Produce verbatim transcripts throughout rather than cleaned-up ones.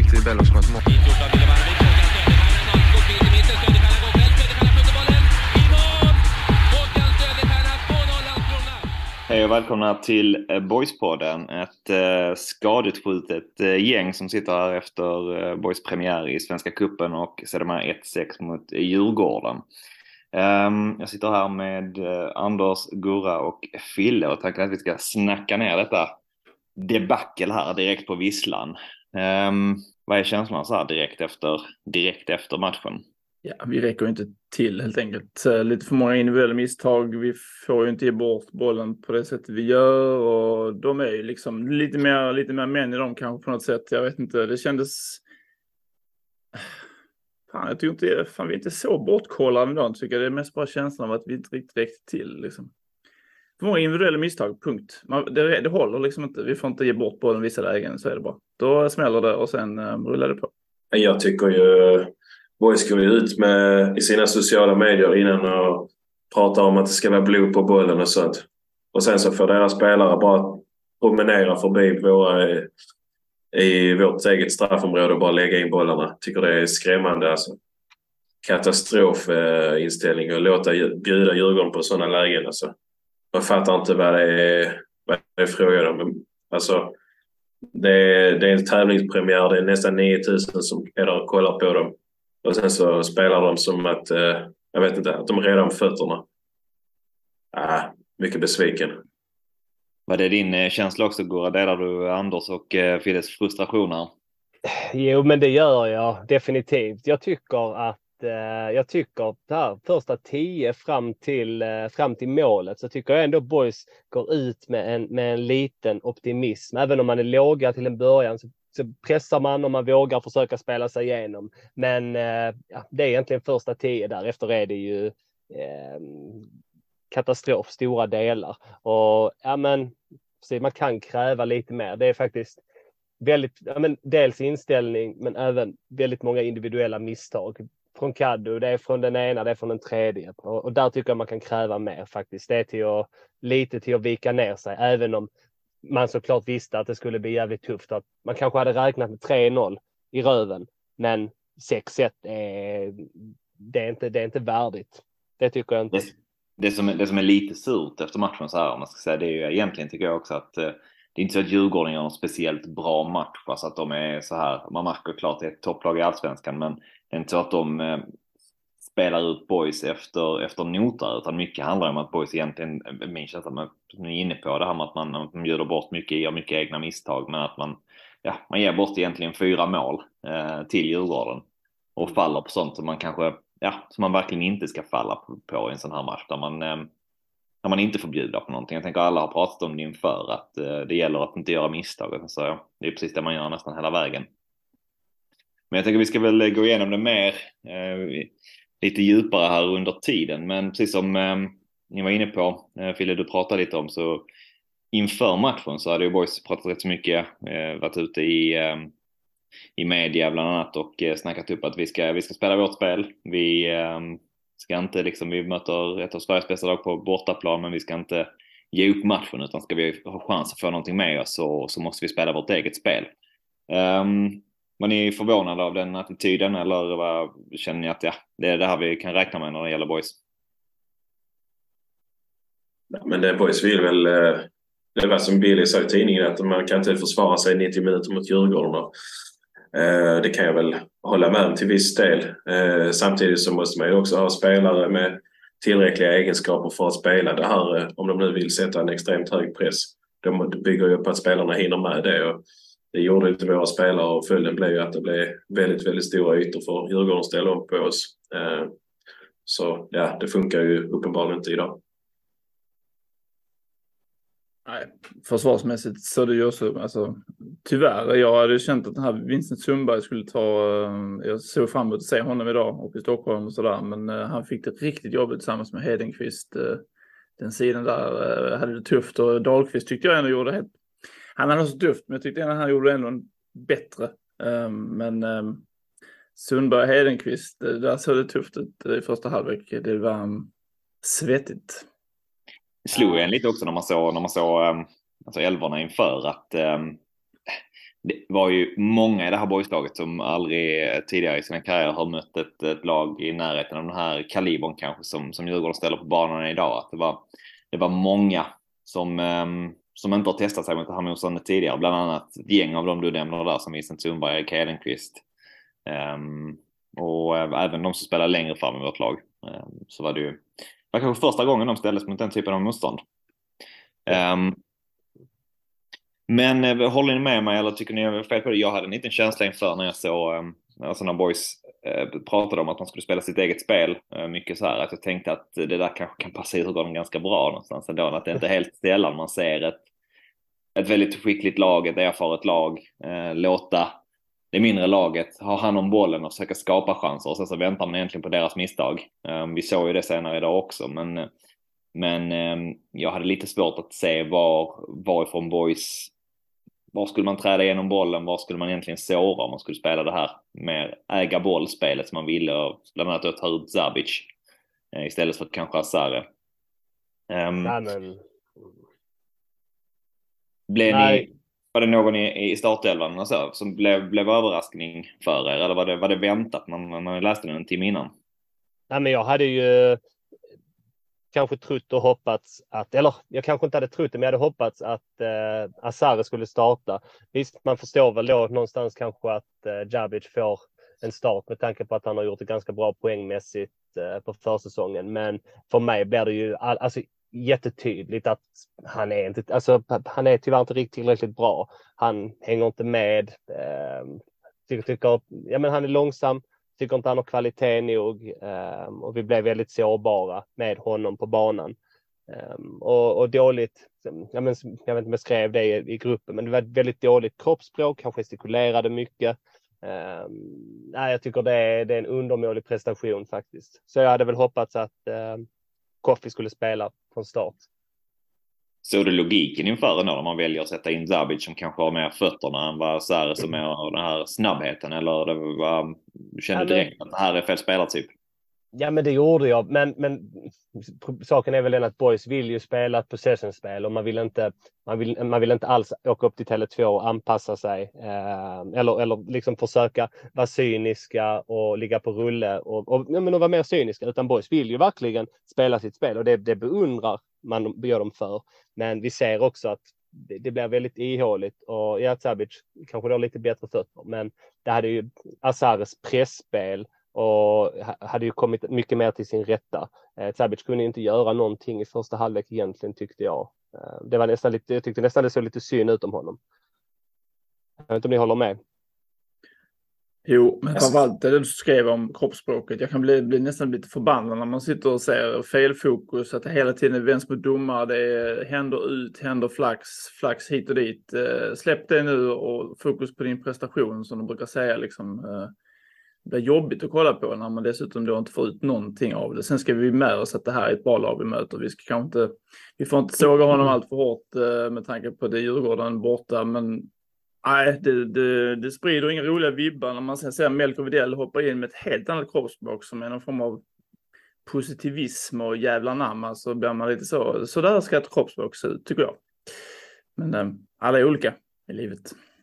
till Bello som har ett mål. Hej och välkomna till Boys-podden, ett eh, skadutskjutet eh, gäng som sitter här efter eh, Boys premiär i Svenska Cupen och sedermera ett sex mot Djurgården. Um, jag sitter här med eh, Anders, Gurra och Fille och tänker att vi ska snacka ner detta debacle här direkt på visslan. Um, vad är känslan så här direkt efter, direkt efter matchen? Ja, vi räcker inte till helt enkelt. Lite för många individuella misstag. Vi får ju inte ge bort bollen på det sättet vi gör. Och de är ju liksom lite mer, lite mer män i dem kanske på något sätt. Jag vet inte, det kändes... Fan, jag tycker inte... Fan, vi är inte så bortkollade idag, tycker jag. Det är mest bara känslan av att vi inte riktigt räckte till, liksom. För många individuella misstag, punkt. Man, det, det håller liksom inte. Vi får inte ge bort bollen vissa lägen, så är det bara. Då smäller det och sen um, rullar det på. Jag tycker ju... Boys går ut med i sina sociala medier innan och pratar om att det ska vara blod på bollen och sånt. Och sen så får deras spelare bara promenera förbi våra, i vårt eget straffområde och bara lägga in bollarna. Tycker det är skrämmande alltså. Katastrofinställning och låta bjuda Djurgården på sådana lägen alltså. Man fattar inte vad det är, vad det är frågan om. Men, alltså, det är, det är en tävlingspremiär. Det är nästan nio tusen som är där och kollar på dem. Och sen så spelar de som att, eh, jag vet inte, att de är redan på fötterna. Ah, mycket besviken. Vad är din eh, känsla också, Gurra? Delar du Anders och eh, Fides frustrationer? Jo, men det gör jag definitivt. Jag tycker att eh, jag tycker det här första tio fram till, eh, fram till målet så tycker jag ändå Boys går ut med en, med en liten optimism. Även om man är låga till en början så så pressar man och man vågar försöka spela sig igenom. Men eh, ja, det är egentligen första tio. Därefter är det ju eh, katastrof, stora delar. Och ja, men så man kan kräva lite mer. Det är faktiskt väldigt, ja, men dels inställning men även väldigt många individuella misstag. Från Kaddu, det är från den ena, det är från den tredje. Och, och där tycker jag man kan kräva mer faktiskt. Det är till att, lite till att vika ner sig. Även om man såklart visste att det skulle bli jävligt tufft. Att man kanske hade räknat med tre noll i röven. Men sex ett är, det är, inte, det är inte värdigt. Det tycker jag inte. Det, det, som, är, det som är lite surt efter matchen så här, om man ska säga, det är ju egentligen tycker jag också att eh, det är inte så att Djurgården gör någon speciellt bra match. Alltså att de är så här, man märker klart att det är ett topplag i Allsvenskan, men det är inte så att de eh, spelar ut Boys efter, efter noter, utan mycket handlar om att Boys egentligen, min känsla, man är inne på det här med att man, att man bjuder bort mycket, gör mycket egna misstag, men att man, ja, man ger bort egentligen fyra mål eh, till Djurgården och faller på sånt som man kanske, ja, som man verkligen inte ska falla på, på i en sån här match där man, eh, där man inte får bjuda på någonting. Jag tänker alla har pratat om det inför, att eh, det gäller att inte göra misstag, så ja, det är precis det man gör nästan hela vägen. Men jag tänker vi ska väl gå igenom det mer eh, lite djupare här under tiden, men precis som eh, ni var inne på, eh, Fille, du pratade lite om, så inför matchen så hade ju Boys pratat rätt så mycket, eh, varit ute i, eh, i media bland annat och eh, snackat upp att vi ska, vi ska spela vårt spel. Vi eh, ska inte liksom, vi möter ett av Sveriges bästa lag på bortaplan, men vi ska inte ge upp matchen, utan ska vi ha chans att få någonting med oss så, så måste vi spela vårt eget spel. Um, Var ni förvånade av den attityden, eller vad, känner ni att ja, det är det här vi kan räkna med när det gäller Boys? Ja, men det Boys vill väl, det var som Billy sa i tidningen, att man kan inte försvara sig nittio minuter mot Djurgården. Det kan jag väl hålla med om till viss del. Samtidigt så måste man ju också ha spelare med tillräckliga egenskaper för att spela det här, om de nu vill sätta en extremt hög press. De bygger ju på att spelarna hinner med det, och det gjorde inte våra spelare, och följden blev ju att det blev väldigt, väldigt stora ytor för Djurgården att ställa upp på oss. Så ja, det funkar ju uppenbarligen inte idag. Nej, försvarsmässigt så det ju så, alltså, tyvärr, jag hade känt att den här Vincent Sundberg skulle ta, jag såg fram emot att se honom idag uppe i Stockholm och sådär, men han fick det riktigt jobbigt tillsammans med Hedenqvist. Den sidan där hade det tufft, och Dahlqvist tyckte jag ändå gjorde helt, han hade så tufft, men jag tyckte att han gjorde ändå en bättre. Um, men um, Sundberg och Hedenqvist, där såg det tufft ut i första halvlek. Det var um, svettigt. Det slog en lite också när man såg, när man såg um, alltså elvorna inför, att um, det var ju många i det här boyslaget som aldrig tidigare i sina karriärer har mött ett, ett lag i närheten av den här kalibern kanske som, som Djurgården ställer på banan idag. Att det var, det var många som, um, som inte har testat sig mot det här motståndet tidigare. Bland annat ett gäng av dem du nämner där som Vincent Sundberg, Erik Hedenqvist. Um, och uh, även de som spelar längre fram i vårt lag. Um, så var det ju det var kanske första gången de ställdes mot den typen av motstånd. Um, Men eh, håller ni med mig eller tycker ni är fel på det? Jag hade en liten känsla inför när jag såg eh, alltså när boys eh, pratade om att man skulle spela sitt eget spel. Eh, mycket så här att jag tänkte att det där kanske kan passa Djurgården ganska bra någonstans ändå. Att det inte är helt sällan man ser ett, ett väldigt skickligt lag, ett erfaret lag eh, låta det mindre laget ha hand om bollen och försöka skapa chanser. Och sen så väntar man egentligen på deras misstag. Eh, vi såg ju det senare idag också. Men, men eh, jag hade lite svårt att se var, varifrån boys... Var skulle man träda igenom bollen? Var skulle man egentligen såra om man skulle spela det här med äga bollspelet som man ville och bland annat att ta ut Zabic eh, istället för kanske Asare. Um, Nej, men... blev Nej. ni, var det någon i, i startelvan alltså, som blev, blev överraskning för er? Eller var det, var det väntat när man, man läste den en timme innan? Nej, men jag hade ju kanske trott och hoppats att, eller jag kanske inte hade trott det, men jag hade hoppats att eh, Asare skulle starta. Visst, man förstår väl då någonstans kanske att eh, Djabic får en start med tanke på att han har gjort ett ganska bra poängmässigt eh, på försäsongen. Men för mig blir det ju all, alltså, jättetydligt att han är inte, alltså han är tyvärr inte riktigt tillräckligt bra. Han hänger inte med. Eh, tycker, tycker, ja, men han är långsam. Tycker inte han har kvalitet nog um, och vi blev väldigt sårbara med honom på banan. Um, och, och dåligt, ja, men, jag vet inte om jag skrev det i, i gruppen, men det var ett väldigt dåligt kroppsspråk, han gestikulerade mycket. Um, nej, jag tycker det är, det är en undermålig prestation faktiskt. Så jag hade väl hoppats att uh, Koffi skulle spela från start. Så det logiken inför när man väljer att sätta in Zabic som kanske har mer fötterna än vad Sare som är den här snabbheten, eller det var, du kände direkt ja, men, att det här är fel spelartyp? Ja, men det gjorde jag, men, men saken är väl den att boys vill ju spela ett possession-spel och man vill inte man vill, man vill inte alls åka upp till Tele två och anpassa sig eh, eller, eller liksom försöka vara cyniska och ligga på rulle och, och, ja, men och vara mer cyniska, utan boys vill ju verkligen spela sitt spel och det, det beundrar man gör dem för, men vi ser också att det, det blir väldigt ihåligt och ja, Zabic kanske då lite bättre fötter, men det hade ju Asares pressspel och hade ju kommit mycket mer till sin rätta. Eh, Zabic kunde inte göra någonting i första halvlek egentligen, tyckte jag. Eh, det var nästan lite, jag tyckte nästan det såg lite synd ut om honom. Jag vet inte om ni håller med. Jo, men framförallt det du skrev om kroppsspråket. Jag kan bli, bli nästan lite förbannad när man sitter och ser felfokus, att det hela tiden vänds mot domare, det är händer ut, händer flax, flax hit och dit. Eh, släpp det nu och fokus på din prestation, som de brukar säga liksom. Eh, det är jobbigt att kolla på när man dessutom då inte får ut någonting av det. Sen ska vi med oss att det här är ett bra lag vi möter. Vi ska kanske inte, vi får inte såga honom allt för hårt eh, med tanke på det Djurgården borta, men nej, det, det, det sprider inga roliga vibbar när man sen ser Melker Widell hoppa in med ett helt annat kroppsspråk som är någon form av positivism och jävla namn. Så blir man lite så, så där ska ett kroppsspråk se ut, tycker jag. Men eh, alla är olika i livet.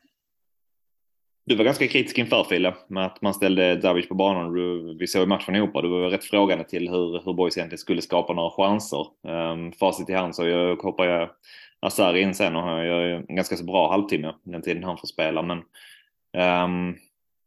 Du var ganska kritisk inför, Fille, med att man ställde Zabic på banan. Vi såg i matchen ihop, du var rätt frågande till hur, hur boys egentligen skulle skapa några chanser. Um, facit i hand så jag hoppar jag Asare in sen och har en ganska så bra halvtimme den tiden han får spela. Men um,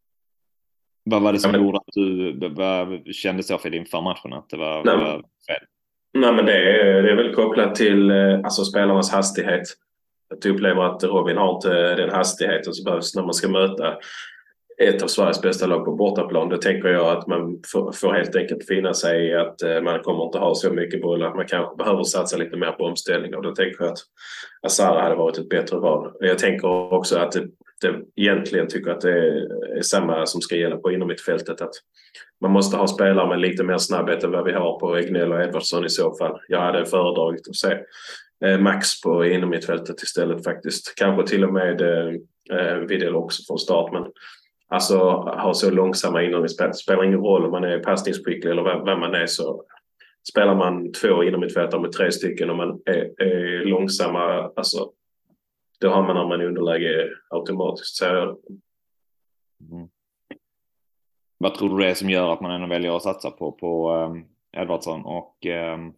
vad var det som ja, men... gjorde att du vad, kände så för inför matchen att det var, Nej, var fel? Nej, men det är, det är väl kopplat till alltså, spelarnas hastighet. Jag upplever att Robin har inte den hastigheten som behövs när man ska möta ett av Sveriges bästa lag på bortaplan. Då tänker jag att man får, får helt enkelt finna sig i att man kommer inte ha så mycket boll, att man kanske behöver satsa lite mer på omställning. Och då tänker jag att Asare hade varit ett bättre val. Jag tänker också att det, det egentligen tycker att det är, är samma som ska gälla på inom mitt fältet, att man måste ha spelare med lite mer snabbhet än vad vi har på Egnell och Edvardsson i så fall. Jag hade föredragit att se Max på inom mittfältet istället faktiskt. Kanske till och med eh, Widell också från start, men alltså ha så långsamma inom i spel. Spelar ingen roll om man är passningsskicklig eller vem, vem man är, så spelar man två inom mittfältare med tre stycken och man är, är långsamma, alltså då har man när man underläge automatiskt. Så jag... mm. Vad tror du det är som gör att man ändå väljer att satsa på, på um, Edvardsson och um,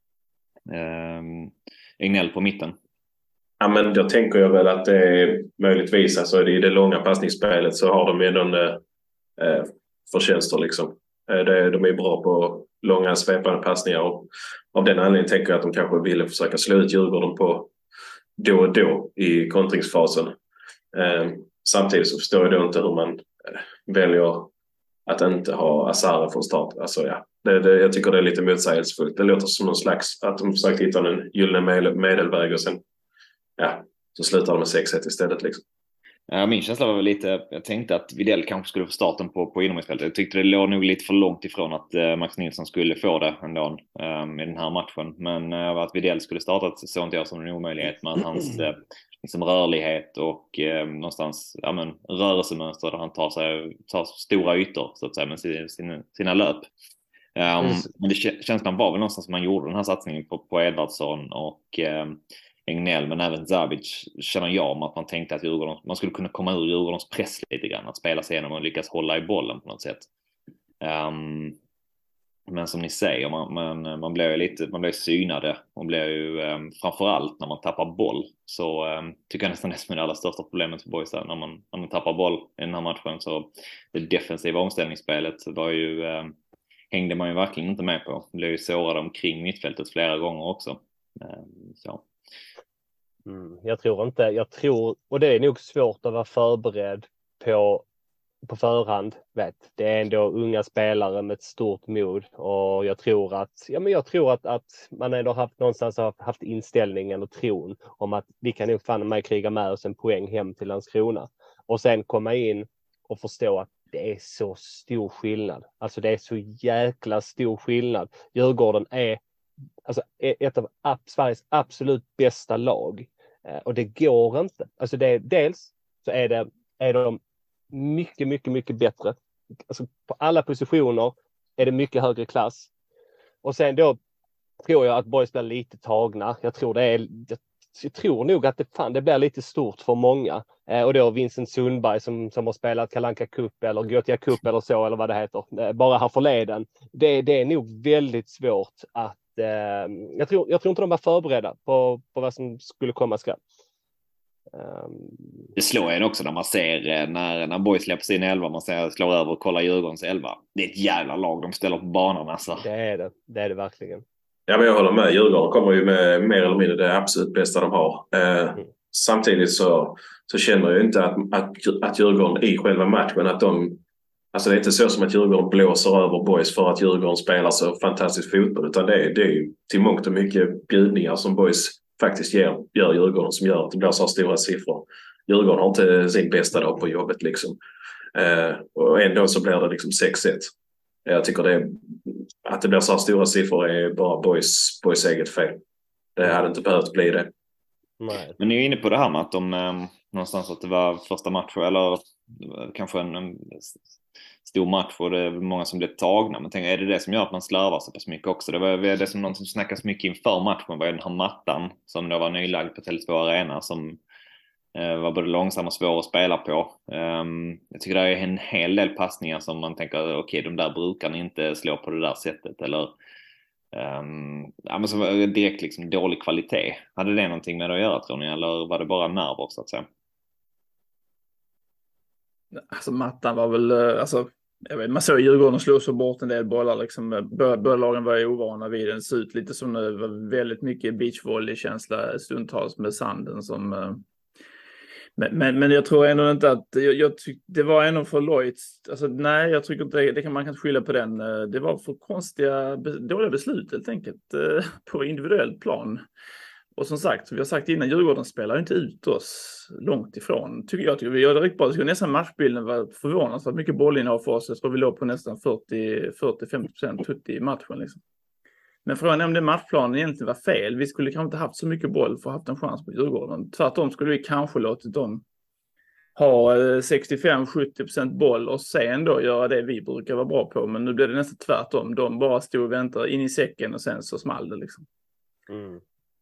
um, Egnell på mitten? Ja, men då tänker jag väl att det är möjligtvis, alltså i det långa passningsspelet så har de ändå en eh, förtjänster liksom. Eh, det, de är bra på långa svepande passningar och av den anledningen tänker jag att de kanske ville försöka slå ut Djurgården på då och då i kontringsfasen. Eh, samtidigt så förstår jag då inte hur man eh, väljer att inte ha Azar från start. Alltså ja, det, det, jag tycker det är lite motsägelsefullt. Det låter som någon slags att de försökte hitta en gyllene medelväg och sen ja, så slutar de med sex ett istället liksom. Ja, min känsla var väl lite, jag tänkte att Widell kanske skulle få starten på, på inomhusfältet. Jag tyckte det låg nog lite för långt ifrån att uh, Max Nilsson skulle få det ändå um, i den här matchen. Men uh, att Widell skulle starta så inte jag som en omöjlighet med hans uh, liksom rörlighet och uh, någonstans ja, men, rörelsemönster där han tar, sig, tar stora ytor så att säga med sina, sina, sina löp. Um, men det känslan var väl någonstans som man gjorde den här satsningen på, på Edvardsson och um, Egnell, men även Zabic känner jag om att man tänkte att Djurgården, man skulle kunna komma ur Djurgårdens press lite grann, att spela sig igenom och lyckas hålla i bollen på något sätt. Um, men som ni säger, man, man, man blev ju lite, man blev synade och blev ju um, framförallt när man tappar boll så um, tycker jag nästan det som är det allra största problemet för boys när man, när man tappar boll i den här matchen, så det defensiva omställningsspelet var ju um, hängde man ju verkligen inte med på. Man blev ju sårad omkring mittfältet flera gånger också. Um, så Mm, jag tror inte, jag tror, och det är nog svårt att vara förberedd på, på förhand, vet. Det är ändå unga spelare med ett stort mod och jag tror att, ja men jag tror att, att man ändå haft någonstans har haft inställningen och tron om att vi kan nog fan med kriga med oss en poäng hem till Landskrona och sen komma in och förstå att det är så stor skillnad. Alltså det är så jäkla stor skillnad. Djurgården är alltså ett av Sveriges absolut bästa lag. Och det går inte. Alltså det, dels så är, det, är de mycket, mycket, mycket bättre. Alltså på alla positioner är det mycket högre klass. Och sen då tror jag att boys blir lite tagna. Jag tror det är, jag tror nog att det, fan, det blir lite stort för många. Och då Vincent Sundberg som, som har spelat Kalle Anka Cup eller Gothia Cup eller så, eller vad det heter. Bara här förleden. Det, det är nog väldigt svårt att Jag tror, jag tror inte de var förberedda på, på vad som skulle komma skall. Um... Det slår en också när man ser när, när boys släpper sin elva, man ser slår över och kollar Djurgårdens elva. Det är ett jävla lag de ställer på banan alltså. Det är det, det är det verkligen. Ja, men jag håller med. Djurgården kommer ju med mer eller mindre det absolut bästa de har. Eh, mm. Samtidigt så, så känner jag inte att, att, att Djurgården i själva matchen att de alltså det är inte så som att Djurgården blåser över boys för att Djurgården spelar så fantastisk fotboll, utan det är, det är till mångt och mycket bjudningar som boys faktiskt ger, gör Djurgården som gör att det blir så stora siffror. Djurgården har inte sin bästa dag på jobbet liksom. Eh, och ändå så blir det liksom sex ett. Jag tycker det, att det blir så stora siffror är bara boys, boys eget fel. Det hade inte behövt bli det. Nej. Men ni är inne på det här med att de eh, någonstans att det var första matchen eller kanske en, en stor match och det är många som blev tagna. Men tänk, är det det som gör att man slarvar så pass mycket också? Det var det som någon som snackas mycket inför matchen var den här mattan som då var nylagd på Tele två Arena som eh, var både långsam och svår att spela på. Um, jag tycker det är en hel del passningar som man tänker okej, okay, de där brukar ni inte slå på det där sättet eller um, ja, men så var det direkt liksom dålig kvalitet. Hade det någonting med det att göra tror ni eller var det bara nerver så att säga? Alltså mattan var väl, alltså, jag vet, man såg Djurgården slå så bort en del bollar liksom, båda lagen var ju ovana vid den, så ut lite som det var väldigt mycket beachvolley-känsla stundtals med sanden som men, men, men jag tror ändå inte att jag, jag tyck, det var ändå för lojt, alltså nej jag tycker inte det, det kan man kanske skylla på den, det var för konstiga dåliga beslut helt enkelt på individuellt plan. Och som sagt, vi har sagt innan, Djurgården spelar inte ut oss långt ifrån. Tycker jag tycker vi gör det riktigt bra. Jag nästan matchbilden var förvånansvärt mycket bollinnehav för oss. Jag tror vi låg på nästan fyrtio till femtio procent tutti i matchen. Liksom. Men frågan är om det matchplanen egentligen var fel. Vi skulle kanske inte haft så mycket boll för att haft en chans på Djurgården. Tvärtom skulle vi kanske låtit dem ha sextiofem till sjuttio procent boll och sen då göra det vi brukar vara bra på. Men nu blev det nästan tvärtom. De bara stod och väntade in i säcken och sen så small det liksom. Mm.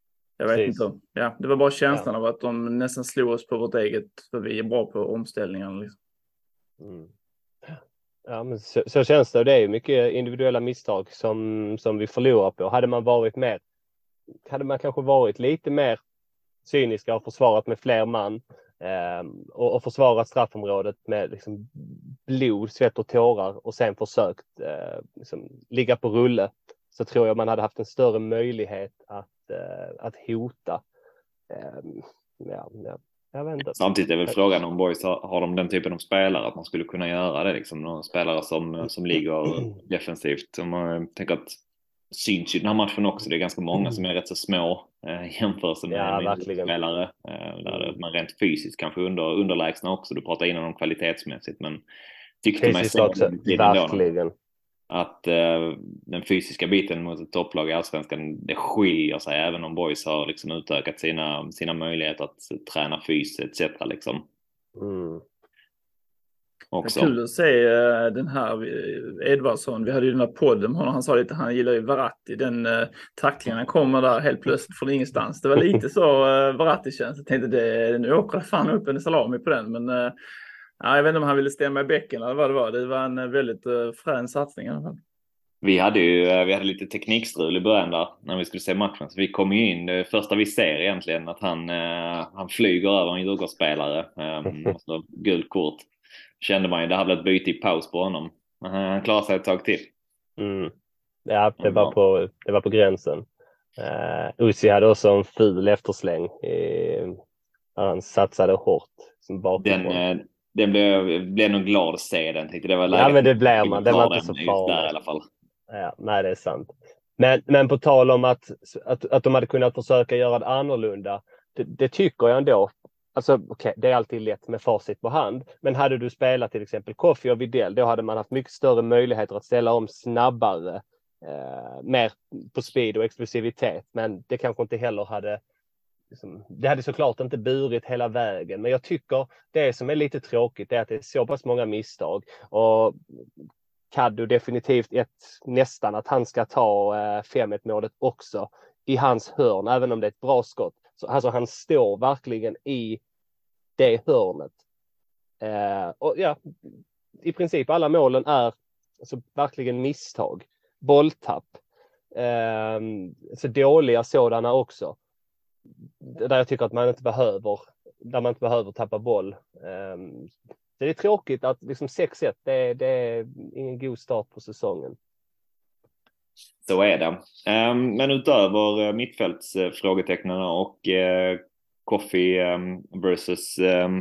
Jag vet Precis. inte. Ja, det var bara känslan Ja. av att de nästan slog oss på vårt eget, för vi är bra på omställningarna. Liksom. Mm. Ja, men så, så känns det. Och det är ju mycket individuella misstag som, som vi förlorar på. Hade man varit mer, hade man kanske varit lite mer cyniska och försvarat med fler man eh, och, och försvarat straffområdet med liksom blod, svett och tårar och sen försökt eh, liksom, ligga på rulle, så tror jag man hade haft en större möjlighet att, eh, att hota. Eh, ja, ja, jag vet inte. Samtidigt är väl frågan om boys har, har de den typen av spelare att man skulle kunna göra det, liksom några spelare som, som ligger defensivt. Om man tänker att syns i den här matchen också, det är ganska många som är rätt så små eh, jämförelse med, Ja, med verkligen. spelare eh, där man rent fysiskt kanske under, underlägsna också. Du pratar innan om kvalitetsmässigt, men tyckte mig Fysiskt också, verkligen. Att eh, den fysiska biten mot ett topplag i Allsvenskan, det skiljer sig även om boys har liksom utökat sina, sina möjligheter att träna fys et cetera. Liksom. Mm. Också. Det är kul att se uh, den här Edvardsson. Vi hade ju den här podden med honom. Han sa lite, han gillar ju Verratti. Den uh, tacklingen han kommer där helt plötsligt från ingenstans. Det var lite så uh, Verratti-känns. Jag tänkte, det, nu åker det fan upp en salami på den. Men uh, ja, jag vet inte om han ville stämma i bäcken eller vad det var. Det var en väldigt uh, frän satsning i alla fall. Vi hade ju vi hade lite teknikstrul i början där när vi skulle se matchen. Så vi kom ju in, det första vi ser egentligen att han, uh, han flyger över en Djurgårdsspelare. Um, alltså, gult kort. Kände man ju, det hade blivit byte i paus på honom. Men han klarade sig ett tag till. Mm. Ja, det var, på, det var på gränsen. Uh, Uzi hade också en ful eftersläng. Uh, han satsade hårt. Som den uh, den blev, blev nog glad att se den. Tänkte det var ja, men det blev man. Det var inte så farligt. Där, i alla fall. Ja, nej, det är sant. Men, men på tal om att, att, att de hade kunnat försöka göra det annorlunda. Det, det tycker jag ändå. Alltså, okay, det är alltid lätt med facit på hand. Men hade du spelat till exempel Koffi och Widell, då hade man haft mycket större möjligheter att ställa om snabbare. Eh, mer på speed och explosivitet. Men det kanske inte heller hade... Liksom, det hade såklart inte burit hela vägen. Men jag tycker det som är lite tråkigt är att det är så pass många misstag. Och Kaddo definitivt ett, nästan att han ska ta eh, fem ett målet också i hans hörn. Även om det är ett bra skott. Så, alltså han står verkligen i det hörnet. Eh, och ja, i princip alla målen är alltså verkligen misstag. Bolltapp. Eh, så dåliga sådana också. Där jag tycker att man inte behöver, där man inte behöver tappa boll. Eh, det är tråkigt att liksom sex ett, det, det är ingen god start på säsongen. Så är det. Um, men utöver uh, mittfältsfrågetecknen uh, och uh, Koffi um, versus um,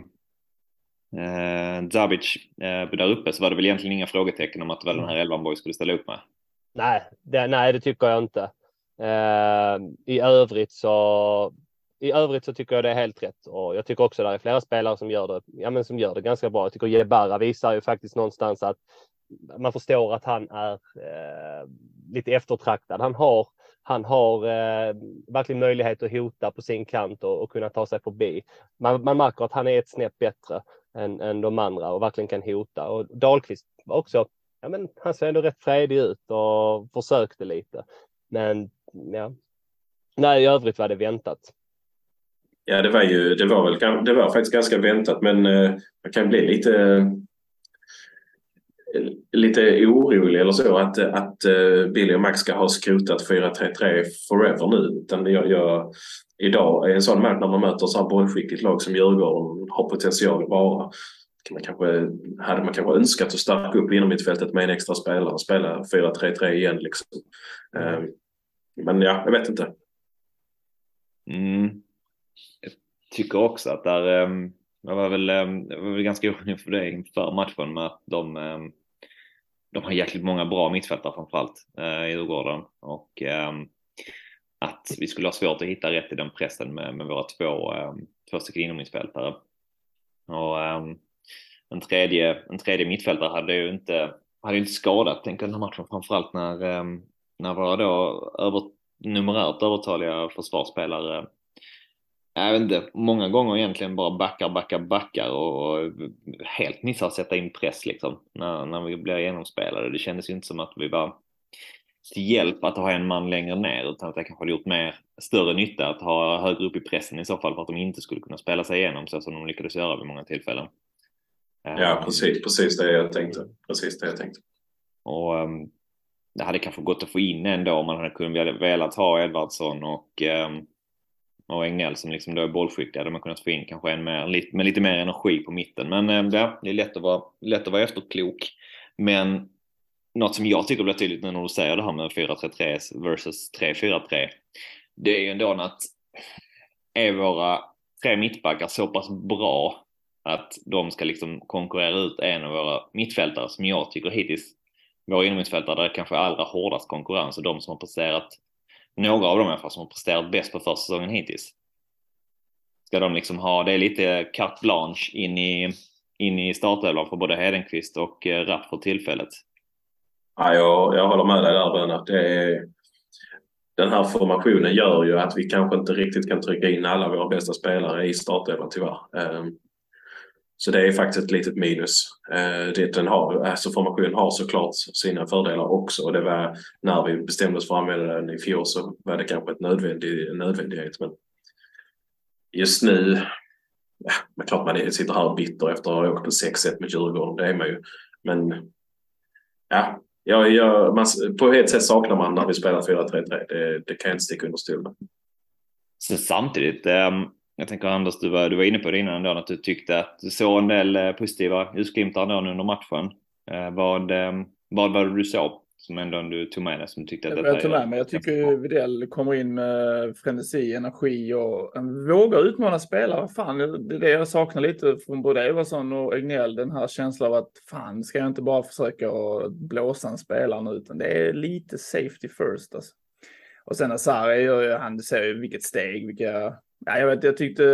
uh, Zabic uh, där uppe, så var det väl egentligen inga frågetecken om att väl den här elvan boys skulle ställa upp med. Nej, det, nej, det tycker jag inte. Uh, i övrigt så I övrigt så tycker jag det är helt rätt. Och jag tycker också att det är flera spelare som gör det, ja, men som gör det ganska bra. Jag tycker Jebara visar ju faktiskt någonstans att man förstår att han är eh, lite eftertraktad. Han har, han har eh, verkligen möjlighet att hota på sin kant och, och kunna ta sig förbi. Man, man märker att han är ett snäpp bättre än, än de andra och verkligen kan hota. Och Dahlqvist var också, ja, men han ser ändå rätt fredig ut och försökte lite. Men ja, nej, i övrigt var det väntat. Ja, det var ju, det var väl, det var faktiskt ganska väntat, men eh, man kan bli lite lite orolig eller så att, att uh, Billy och Max ska ha skrotat fyra tre tre forever nu. Utan jag, jag, idag är en sån match när man möter så här bollskickligt lag som Djurgården har potential att vara. Kan man kanske, hade man kanske önskat att stärka upp inom mittfältet med en extra spelare och spela fyra tre tre igen liksom. Uh, men ja, jag vet inte. Mm. Jag tycker också att där, um, jag var väl, um, jag var väl ganska orolig för det inför matchen med att de, um, de har jäkligt många bra mittfältare framförallt uh, i Djurgården och um, att vi skulle ha svårt att hitta rätt i den pressen med, med våra två, um, två stycken inom mittfältare. Och um, en, tredje, en tredje mittfältare hade ju inte, hade inte skadat tänker den här matchen, framförallt när, um, när våra då över, numerärt övertaliga försvarsspelare, jag vet inte, många gånger egentligen bara backar, backar, backar och helt missar att sätta in press liksom när, när vi blir genomspelade. Det kändes ju inte som att vi var till hjälp att ha en man längre ner, utan att det kanske hade gjort mer större nytta att ha högre upp i pressen i så fall, för att de inte skulle kunna spela sig igenom så som de lyckades göra vid många tillfällen. Ja, precis, precis det jag tänkte. Precis det jag tänkte. Och um, det hade kanske gått att få in ändå om man hade kunnat velat ha Edvardsson och, um, och Egnell som liksom då är bollskickliga. Hade man kunnat få in kanske en med, med lite mer energi på mitten. Men um, ja, det är lätt att vara, lätt att vara efterklok. Men något som jag tycker blir tydligt när du säger det här med fyra tre tre versus tre fyra tre, det är ju ändå att är våra tre mittbackar så pass bra att de ska liksom konkurrera ut en av våra mittfältare som jag tycker hittills våra inommittfältare där är kanske allra hårdast konkurrens, och de som har presterat, några av dem i alla fall, som har presterat bäst på första säsongen hittills. Ska de liksom ha, det är lite carte blanche in i, in i startelvan för både Hedenqvist och eh, Rapp för tillfället. Ja, jag, jag håller med dig där, Bernard. Det är, den här formationen gör ju att vi kanske inte riktigt kan trycka in alla våra bästa spelare i startelvan tyvärr. Um, Så det är faktiskt ett litet minus. Det, den har, alltså formationen har såklart sina fördelar också. Och det var, när vi bestämde oss för att använda den i fjol så var det kanske ett nödvändig, en nödvändighet. Men just nu, ja, men klart man sitter här bitter efter att ha åkt på sex ett med Djurgården. Det är man ju. Men ja, jag, jag, man, på ett sätt saknar man när vi spelar fyra tre tre. Det, det kan jag inte sticka under stolen. Så samtidigt... Um... Jag tänker Anders, du var, du var inne på det innan då, att du tyckte att du såg en del positiva ljusglimtar då under matchen. Eh, vad, eh, vad var det du såg som ändå du tog med dig som tyckte att jag, detta jag tog med mig. Jag tycker Widell kommer in med frenesi, energi och en vågar utmana spelare. Fan, det är det jag saknar lite från både Everson och Egnell. Den här känslan av att fan, ska jag inte bara försöka blåsa en spelare nu, utan det är lite safety first alltså. Och sen Azar, han ser ju vilket steg, vilka... Ja, jag vet, jag tyckte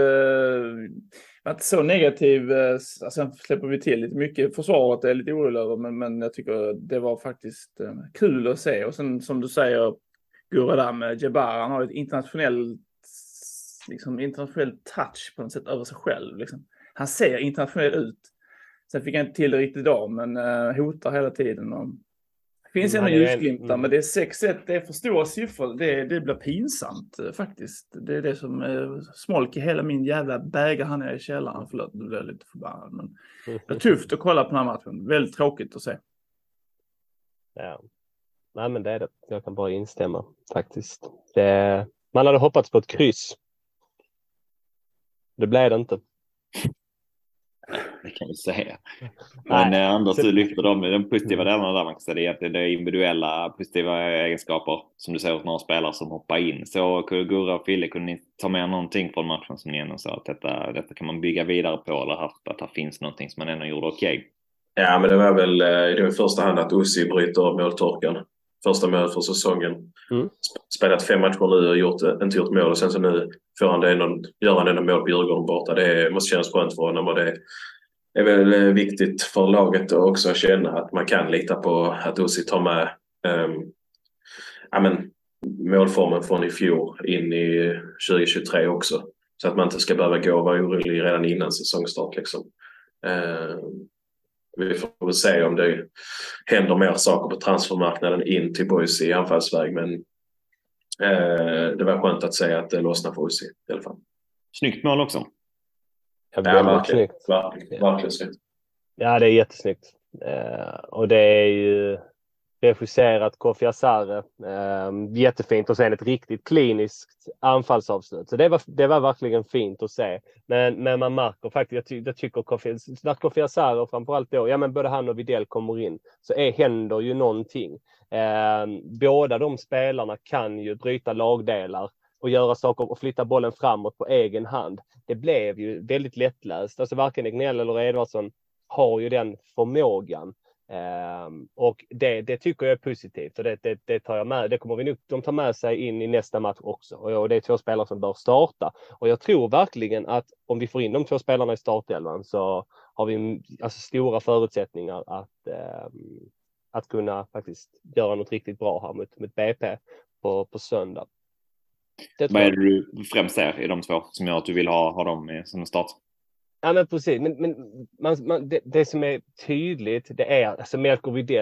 att inte så negativ, alltså sen släpper vi till lite mycket, försvaret är lite orolig över, men, men jag tycker det var faktiskt kul att se. Och sen som du säger, Gurra där med Jebbar, han har ett internationellt liksom internationell touch på något sätt över sig själv. Liksom. Han ser internationell ut. Sen fick jag inte till det riktigt idag, men uh, hotar hela tiden. Och... Det finns ändå ljusglimtar, mm. men det är sex ett, det är för stora siffror. Det, det blir pinsamt uh, faktiskt. Det är det som uh, smolk i hela min jävla bägare han är i källaren. Förlåt, det blir lite förbannad. Men det är tufft att kolla på den här matchen. Väldigt tråkigt att se. Ja, nej men det är det. Jag kan bara instämma faktiskt. Det... Man hade hoppats på ett kryss. Det blev det inte. Det kan vi säga. Men Nej. Anders, du lyfter dem med den positiva delarna där man kan säga det egentligen. Det är individuella positiva egenskaper som du säger åt några spelare som hoppar in. Så Gurra och Fille, kunde ni ta med någonting från matchen som ni ändå sa att detta, detta kan man bygga vidare på, eller att det finns någonting som man ändå gjorde okej? Okay. Ja, men det var väl det var i första hand att Ussi bryter måltorkan. Första målet för säsongen. Mm. Spelat fem matcher nu och gjort, inte gjort mål. Och sen så nu får han det någon, gör han ändå mål på Djurgården borta. Det måste kännas skönt för honom. Och det är väl viktigt för laget också att känna att man kan lita på att Ussi tar med um, ja, men, målformen från i fjol in i tjugo tjugotre också. Så att man inte ska behöva gå och vara orolig redan innan säsongstart. Liksom. Uh, Vi får väl se om det händer mer saker på transfermarknaden in till Boise i anfallsväg. Men eh, det var skönt att säga att det lossnar för Boise i alla fall. Snyggt mål också. Ja, ja verkligen. Verkligen, verkligen snyggt. Ja, det är jättesnyggt. Eh, och det är ju regisserat Kofi Asare. Eh, jättefint, och sen ett riktigt kliniskt anfallsavslut. Så det var, det var verkligen fint att se. Men, men man märker faktiskt, jag, ty, jag tycker Kofi, när Kofi Asare och framförallt då, ja men både han och Widell kommer in, så är, händer ju någonting. Eh, båda de spelarna kan ju bryta lagdelar och göra saker och flytta bollen framåt på egen hand. Det blev ju väldigt lättläst. Alltså varken Egnell eller Edvardsson har ju den förmågan. Um, och det, det tycker jag är positivt, och det, det, det tar jag med, det kommer vi nog, de tar med sig in i nästa match också, och, och det är två spelare som bör starta, och jag tror verkligen att om vi får in de två spelarna i startelvan så har vi alltså stora förutsättningar att, um, att kunna faktiskt göra något riktigt bra här mot, mot B P på, på söndag. Vad är det du främst ser i de två som gör att du vill ha, ha dem i, som en start? Ja, men precis. Men, men man, man, det, det som är tydligt, det är alltså Melker Widell.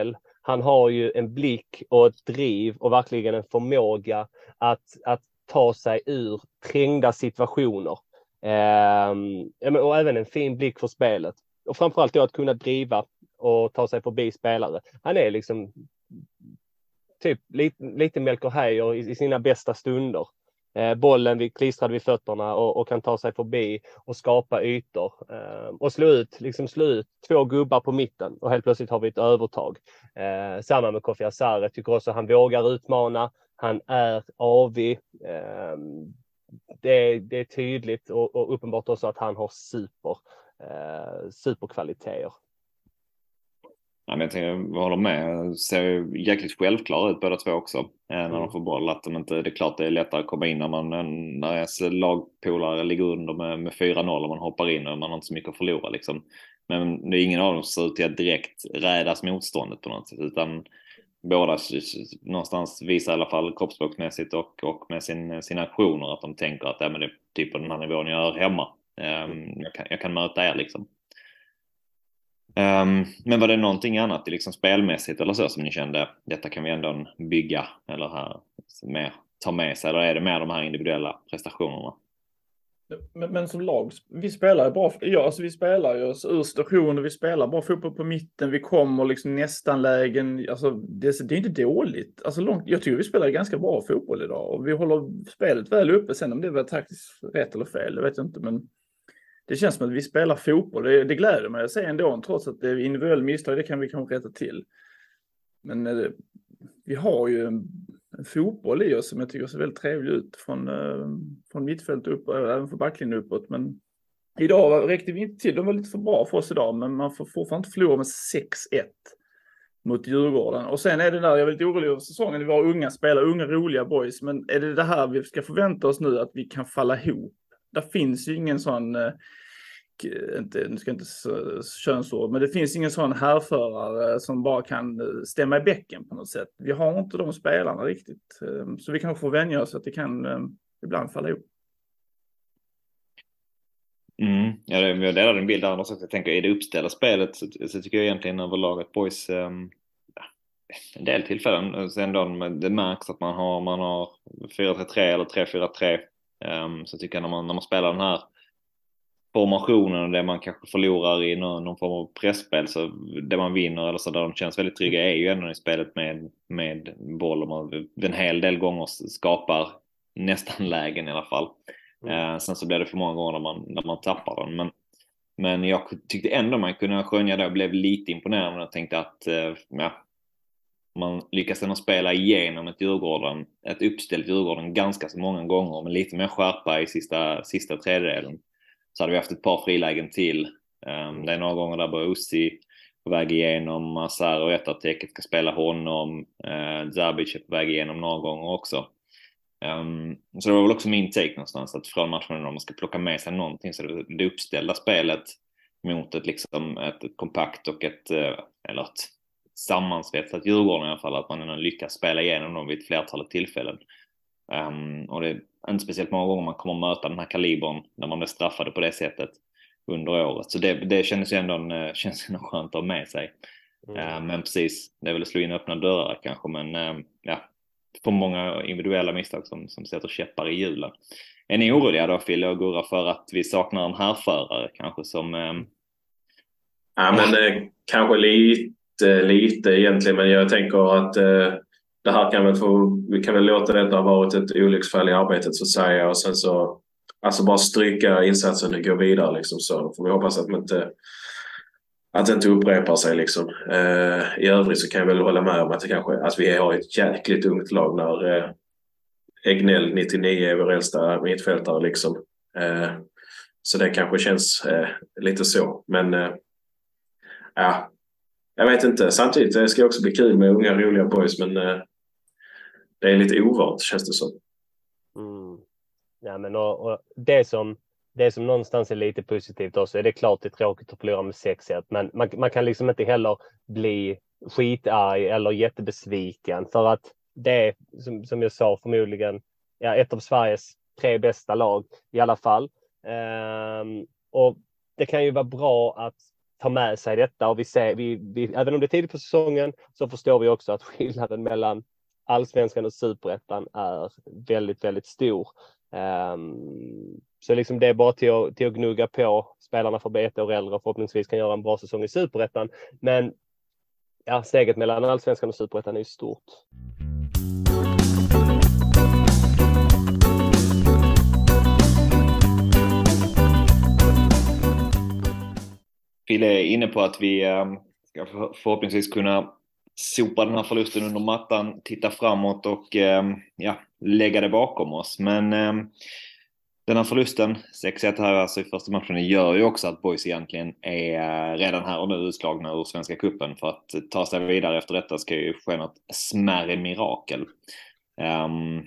han har ju en blick och ett driv och verkligen en förmåga att, att ta sig ur trängda situationer. Eh, och även en fin blick för spelet. Och framförallt då att kunna driva och ta sig förbi spelare. Han är liksom typ lite, lite Melker Heier i, i sina bästa stunder. Eh, bollen vid, klistrad vid fötterna och, och kan ta sig förbi och skapa ytor. Eh, och slå ut, liksom slå ut två gubbar på mitten och helt plötsligt har vi ett övertag. Eh, samma med Kofi Asare. Jag tycker också han vågar utmana. Han är avig. Eh, det, det är tydligt och, och uppenbart också att han har super, eh, superkvaliteter. Ja, men jag, tänker, jag håller med. Det ser ju jäkligt självklara ut båda två också. Eh, när mm. de får boll. Att de inte, det är klart det är lättare att komma in när, man, när ens lagpolare ligger under med, med fyra noll och man hoppar in och man har inte så mycket att förlora. Liksom. Men det är ingen av dem som ser ut till att direkt rädas motståndet på något sätt. Utan båda någonstans visar i alla fall kroppsspråksmässigt och, och med sin, sina aktioner att de tänker att ja, men det är typ på den här nivån jag är hemma. Um, jag, kan, jag kan möta er liksom. Um, men var det någonting annat liksom spelmässigt eller så som ni kände detta kan vi ändå bygga eller här mer ta med sig, eller är det mer de här individuella prestationerna? Men, men som lag, vi spelar ju bra, ja, alltså vi spelar ju ur stationer, vi spelar bra fotboll på mitten, vi kommer liksom nästan lägen, alltså det, det är inte dåligt, alltså långt, jag tycker vi spelar ganska bra fotboll idag och vi håller spelet väl uppe, sen om det var taktiskt rätt eller fel, det vet jag inte, men det känns som att vi spelar fotboll. Det, det gläder mig att säga ändå, trots att det är individuell misstag, det kan vi kanske rätta till. Men eh, vi har ju en, en fotboll i oss som jag tycker ser väldigt trevlig ut från, eh, från mittfält upp och även för backlinjen uppåt. Men idag räckte vi inte till. De var lite för bra för oss idag, men man får fortfarande inte förlora med sex ett mot Djurgården. Och sen är det där, jag är väldigt orolig över säsongen. Vi var unga spelare, unga roliga boys. Men är det det här vi ska förvänta oss nu, att vi kan falla ihop? Det finns ju ingen sån, eh, inte, nu ska jag inte könsord, men det finns ingen sån härförare som bara kan stämma i bäcken på något sätt. Vi har inte de spelarna riktigt. Eh, så vi kan få vänja oss att det kan eh, ibland falla ihop. Mm, ja, det, jag delar den bilden också. Jag tänker, i det uppställda spelet så, så tycker jag egentligen överlag att boys um, en del tillfällen sen då, det märks att man har, man har fyra tre tre eller tre fyra tre. Um, så tycker jag när man, när man spelar den här formationen där man kanske förlorar i någon, någon form av pressspel, så det man vinner eller så där de känns väldigt trygga är ju ändå i spelet med, med boll, och man en hel del gånger skapar nästan lägen i alla fall. Mm. Uh, sen så blir det för många gånger när man, när man tappar den, men, men jag tyckte ändå man kunde skönja det och blev lite imponerad, och jag tänkte att uh, ja, man lyckas ändå spela igenom ett Djurgården, ett uppställt Djurgården ganska så många gånger, men lite mer skärpa i sista, sista tredjedelen. Så hade vi haft ett par frilägen till. Um, det är några gånger där bara Ussi på väg igenom, Massar och Etateket ska spela honom. Uh, Zabic är på väg igenom några gånger också. Um, så det var väl också min take någonstans, att från matchen om man ska plocka med sig någonting, så det, det uppställda spelet mot ett, liksom, ett, ett kompakt och ett, uh, eller ett sammansvetsat Djurgården i alla fall, att man ändå lyckas spela igenom dem vid ett flertal tillfällen. Um, och det är inte speciellt många gånger man kommer möta den här kalibern när man blir straffade på det sättet under året. Så det, det känns ju ändå, känns ändå skönt att ha med sig. Mm. Um, men precis, det är väl att slå in öppna dörrar kanske, men um, ja, för många individuella misstag som, som sätter käppar i hjulen. Är ni oroliga då, Fille och Gurra, för att vi saknar en härförare kanske som... Um... Ja, men eh, kanske lite, lite egentligen, men jag tänker att eh, det här kan väl få, vi kan väl låta detta ha varit ett olycksfall i arbetet så att säga, och sen så alltså bara stryka insatsen och gå vidare liksom, så får vi hoppas att man inte att det inte upprepar sig liksom. Eh, i övrigt så kan jag väl hålla med om att det kanske, alltså vi har ett jäkligt ungt lag när eh, Egnell nittionio är vår äldsta mittfältare liksom. Eh, så det kanske känns eh, lite så, men eh, ja, jag vet inte. Samtidigt det ska också bli kul med unga roliga boys, men eh, det är lite ovant känns det som. Mm. Ja, men och, och det som det som någonstans är lite positivt också är det klart det är tråkigt att förlora med sex ett, men man, man kan liksom inte heller bli skitarg eller jättebesviken, för att det som, som jag sa förmodligen ja, ett av Sveriges tre bästa lag i alla fall. Ehm, och det kan ju vara bra att tar med sig detta. Och vi ser, vi, vi, även om det är tidigt på säsongen så förstår vi också att skillnaden mellan allsvenskan och superettan är väldigt, väldigt stor. Um, så liksom det är bara till att, till att gnugga på. Spelarna får bli ett år äldre och förhoppningsvis kan göra en bra säsong i superettan. Men ja, steget mellan allsvenskan och superettan är ju stort. Fille är inne på att vi um, ska för, förhoppningsvis kunna sopa den här förlusten under mattan, titta framåt och um, ja, lägga det bakom oss. Men um, den här förlusten, sex ett här alltså i första matchen, gör ju också att boys egentligen är uh, redan här och nu utslagna ur Svenska cupen. För att ta sig vidare efter detta ska ju ske något smärre mirakel. Um,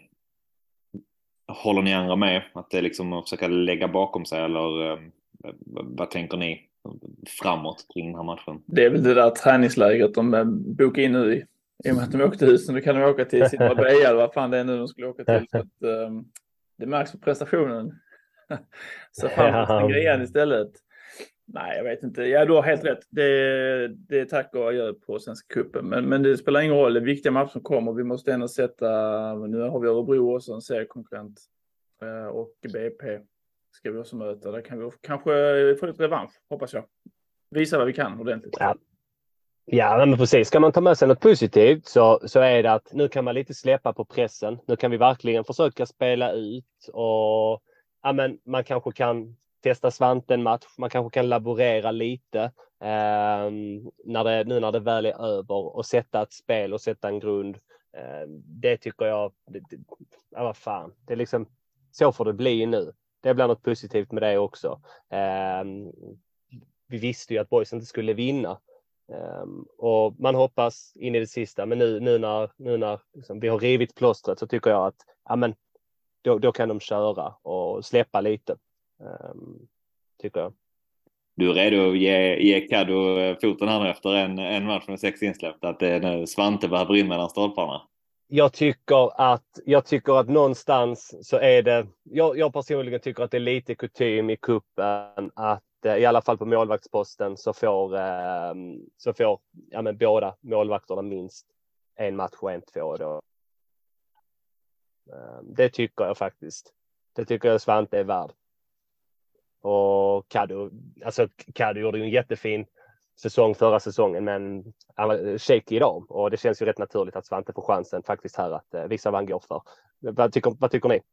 håller ni andra med att det är liksom att försöka lägga bakom sig, eller um, vad tänker ni framåt kring den här matchen? Det är väl det där träningslägret de bokar in nu i. I och med att de åkte hus, nu kan de åka till sin Marbella eller vad fan det är nu de skulle åka till. Så att, um, det märks på prestationen. Så fan stänger igen istället. Nej, jag vet inte. Ja, du har helt rätt. Det, det är tack och gör på Svenska cupen. Men, men det spelar ingen roll. Det är viktiga matcher som kommer. Vi måste ändå sätta... Nu har vi Örebro också, en seriekonkurrent. Uh, och B P ska vi också möta. Där kan vi kanske få lite revansch, hoppas jag. Visa vad vi kan ordentligt. Ja. Ja, men precis. Ska man ta med sig något positivt så, så är det att nu kan man lite släppa på pressen. Nu kan vi verkligen försöka spela ut och ja, men man kanske kan testa Svanten match. Man kanske kan laborera lite eh, när det, nu när det väl är över och sätta ett spel och sätta en grund. Eh, det tycker jag, det, det, ja, vad fan. Det är liksom, så får det bli nu. Det blir något positivt med det också. Eh, vi visste ju att boys inte skulle vinna. Um, och man hoppas in i det sista, men nu, nu när, nu när liksom, vi har rivit plåstret så tycker jag att ja, men, då, då kan de köra och släppa lite, um, tycker jag. Du är redo att ge, ge Caddo foten här nu efter en, en match med sex insläppt, att det är nu Svante behöver in mellan stolparna? Jag tycker att, jag tycker att någonstans så är det, jag, jag personligen tycker att det är lite kutym i kuppen att i alla fall på målvaktsposten så får, eh, så får ja, men båda målvakterna minst en match och en två då. Eh, det tycker jag faktiskt. Det tycker jag Svante är värd. Och Caddo, alltså Caddo gjorde ju en jättefin säsong förra säsongen, men han var shaky idag och det känns ju rätt naturligt att Svante får chansen faktiskt här att eh, visa vad han går för. Vad tycker, vad tycker ni?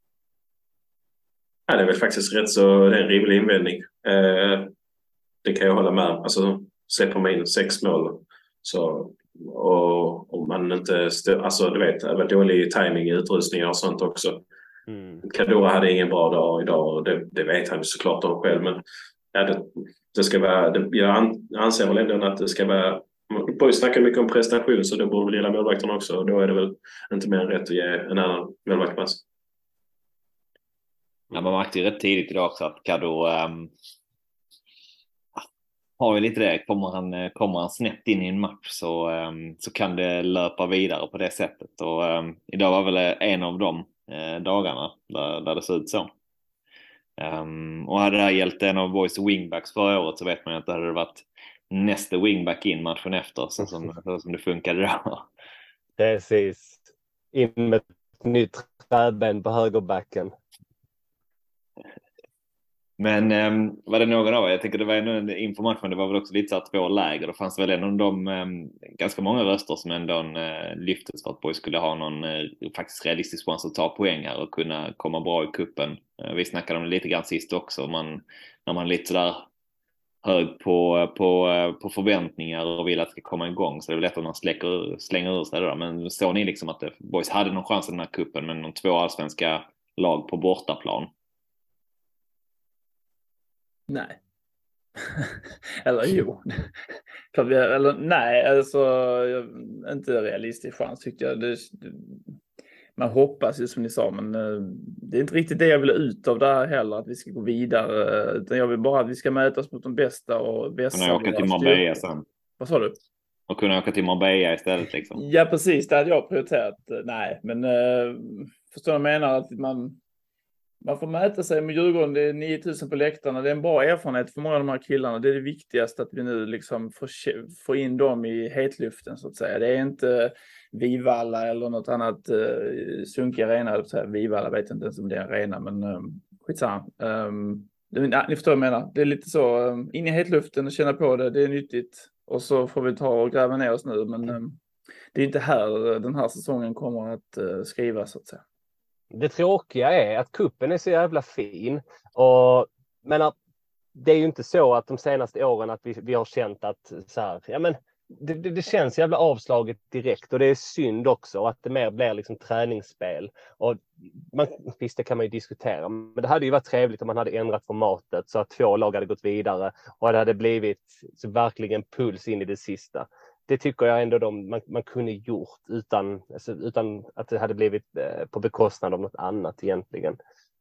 Ja, det är väl faktiskt rätt så det är en rimlig invändning. Eh, det kan jag hålla med. Alltså, se på min sex mål. Så, och om man inte... Stö- alltså, du vet, det var dålig timing i utrustningar och sånt också. Mm. Kadora hade ingen bra dag idag och det, det vet han ju såklart om själv. Men ja, det, det ska vara... Det, jag an, anser väl ändå att det ska vara... Boys snackar mycket om prestation så då borde väl gilla målvakterna också. Och då är det väl inte mer rätt att ge en annan målvaktpass. Ja, man märkte ju rätt tidigt idag också att Caddo um, har ju lite det. Kommer han, kommer han snett in i en match så, um, så kan det löpa vidare på det sättet. Och um, idag var väl en av de uh, dagarna där, där det såg ut så. Um, och hade det här gällt en av boys wingbacks förra året så vet man ju att det hade varit nästa wingback in matchen efter så som, så som det funkade då. Precis. In med ett nytt träben på högerbacken. Men um, var det någon av er? Jag tänker det var ändå inför matchen, det var väl också lite så att två läger. Då fanns det väl ändå de um, ganska många röster som ändå uh, lyftes för att boys skulle ha någon uh, faktiskt realistisk chans att ta poäng här och kunna komma bra i kuppen. Uh, vi snackade om det lite grann sist också. Man, när man är lite sådär hög på, på, uh, på förväntningar och vill att det ska komma igång så det är väl lätt att man släcker, slänger ur sig det där. Men såg ni liksom att det, boys hade någon chans i den här kuppen med de två allsvenska lag på bortaplan? Nej. Eller jo. Eller nej, alltså inte realistisk chans tyckte jag. Det, man hoppas ju som ni sa, men det är inte riktigt det jag vill ut av det här heller, att vi ska gå vidare. Utan jag vill bara att vi ska mötas mot de bästa och bästa. Kunna åka till Marbella sen. Vad sa du? Och kunna åka till Marbella istället liksom. Ja, precis. Det hade jag prioriterat. Nej, men förstår jag menar att man... man får mäta sig med Djurgården, det är nio tusen på läktarna, det är en bra erfarenhet för många av de här killarna. Det är det viktigaste att vi nu liksom får, får in dem i hetluften så att säga. Det är inte Vivalla eller något annat uh, sunkig arena. Vivalla vet inte ens om det är en arena, men um, skitsamma. Um, det, ni förstår vad jag menar. Det är lite så, um, in i hetluften och känna på det, det är nyttigt. Och så får vi ta och gräva ner oss nu, men um, det är inte här den här säsongen kommer att uh, skrivas så att säga. Det tråkiga är att kuppen är så jävla fin. Och, men att, det är ju inte så att de senaste åren att vi, vi har känt att så här, ja, men det, det, det känns jävla avslaget direkt. Och det är synd också att det mer blir liksom träningsspel. Och man, visst, det kan man ju diskutera. Men det hade ju varit trevligt om man hade ändrat formatet så att två lag hade gått vidare. Och det hade blivit så verkligen puls in i det sista. Det tycker jag ändå de, man, man kunde gjort utan, alltså, utan att det hade blivit eh, på bekostnad av något annat egentligen.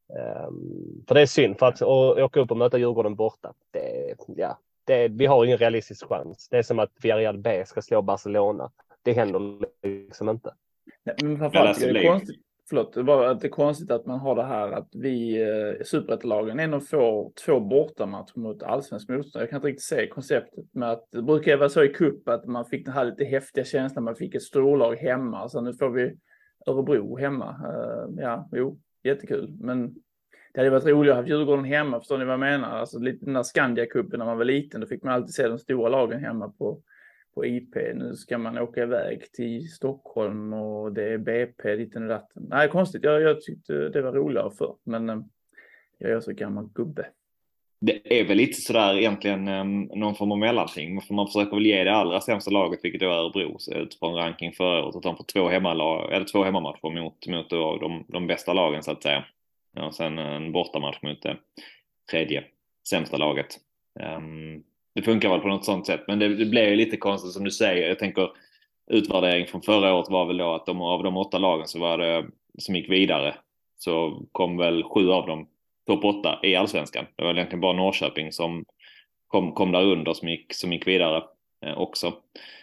Um, för det är synd, för att och, åka upp och möta Djurgården borta, det, ja, det, vi har ingen realistisk chans. Det är som att Villarreal B ska slå Barcelona. Det händer liksom inte. Nej, men framförallt är det konstigt. Förlåt, det var att det är konstigt att man har det här att vi eh, superettalagen ändå får två bortamatcher mot allsvensk motstånd. Jag kan inte riktigt se konceptet med att det brukar vara så i cup att man fick den här lite häftiga känslan, man fick ett storlag hemma, så nu får vi Örebro hemma. Uh, ja, jo, jättekul, men det hade varit roligt att ha Djurgården hemma, förstår ni vad jag menar? Alltså lite den där Skandia-cupen när man var liten, då fick man alltid se de stora lagen hemma på på I P. Nu ska man åka iväg till Stockholm och det är B P dit och datten. Nej, konstigt. Jag, jag tyckte det var roligare för, men eh, jag är så gammal gubbe. Det är väl lite sådär egentligen um, någon form av mellanting. För man försöker väl ge det allra sämsta laget, vilket då är Örebro, utifrån ranking förra året, att de får två hemmalag, eller två hemmamatcher mot, mot då, de, de bästa lagen så att säga. Ja, och sen en bortamatch mot det tredje sämsta laget. Um, Det funkar väl på något sånt sätt, men det, det blev ju lite konstigt som du säger. Jag tänker utvärdering från förra året var väl då att de, av de åtta lagen så var det, som gick vidare, så kom väl sju av dem topp åtta i allsvenskan. Det var egentligen bara Norrköping som kom, kom där under som gick, som gick vidare eh, också.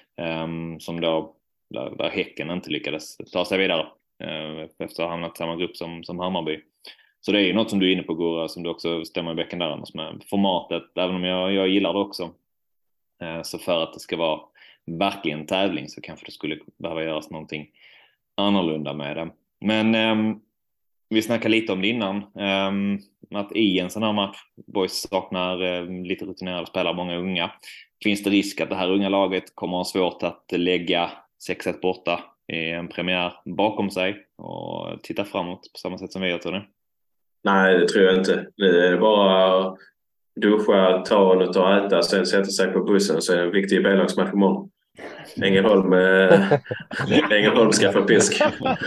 Um, som då, där, där Häcken inte lyckades ta sig vidare eh, efter att ha hamnat i samma grupp som, som Hammarby. Så det är ju något som du är inne på, Gurra, som du också stämmer i bäcken där annars med formatet, även om jag, jag gillar det också. Eh, så för att det ska vara verkligen tävling så kanske det skulle behöva göras någonting annorlunda med det. Men eh, vi snackade lite om det innan, eh, att i en sån här match, boys saknar eh, lite rutinerade spelare, många unga. Finns det risk att det här unga laget kommer att ha svårt att lägga sex ett borta i en premiär bakom sig och titta framåt på samma sätt som vi gör, tror ni? Nej, det tror jag inte. Det är bara duscha, ta något och äta, sen sätta sig på bussen, så är det en viktig B-lagsmatch imorgon. Ängelholm, äh, Ängelholm ska få pisk.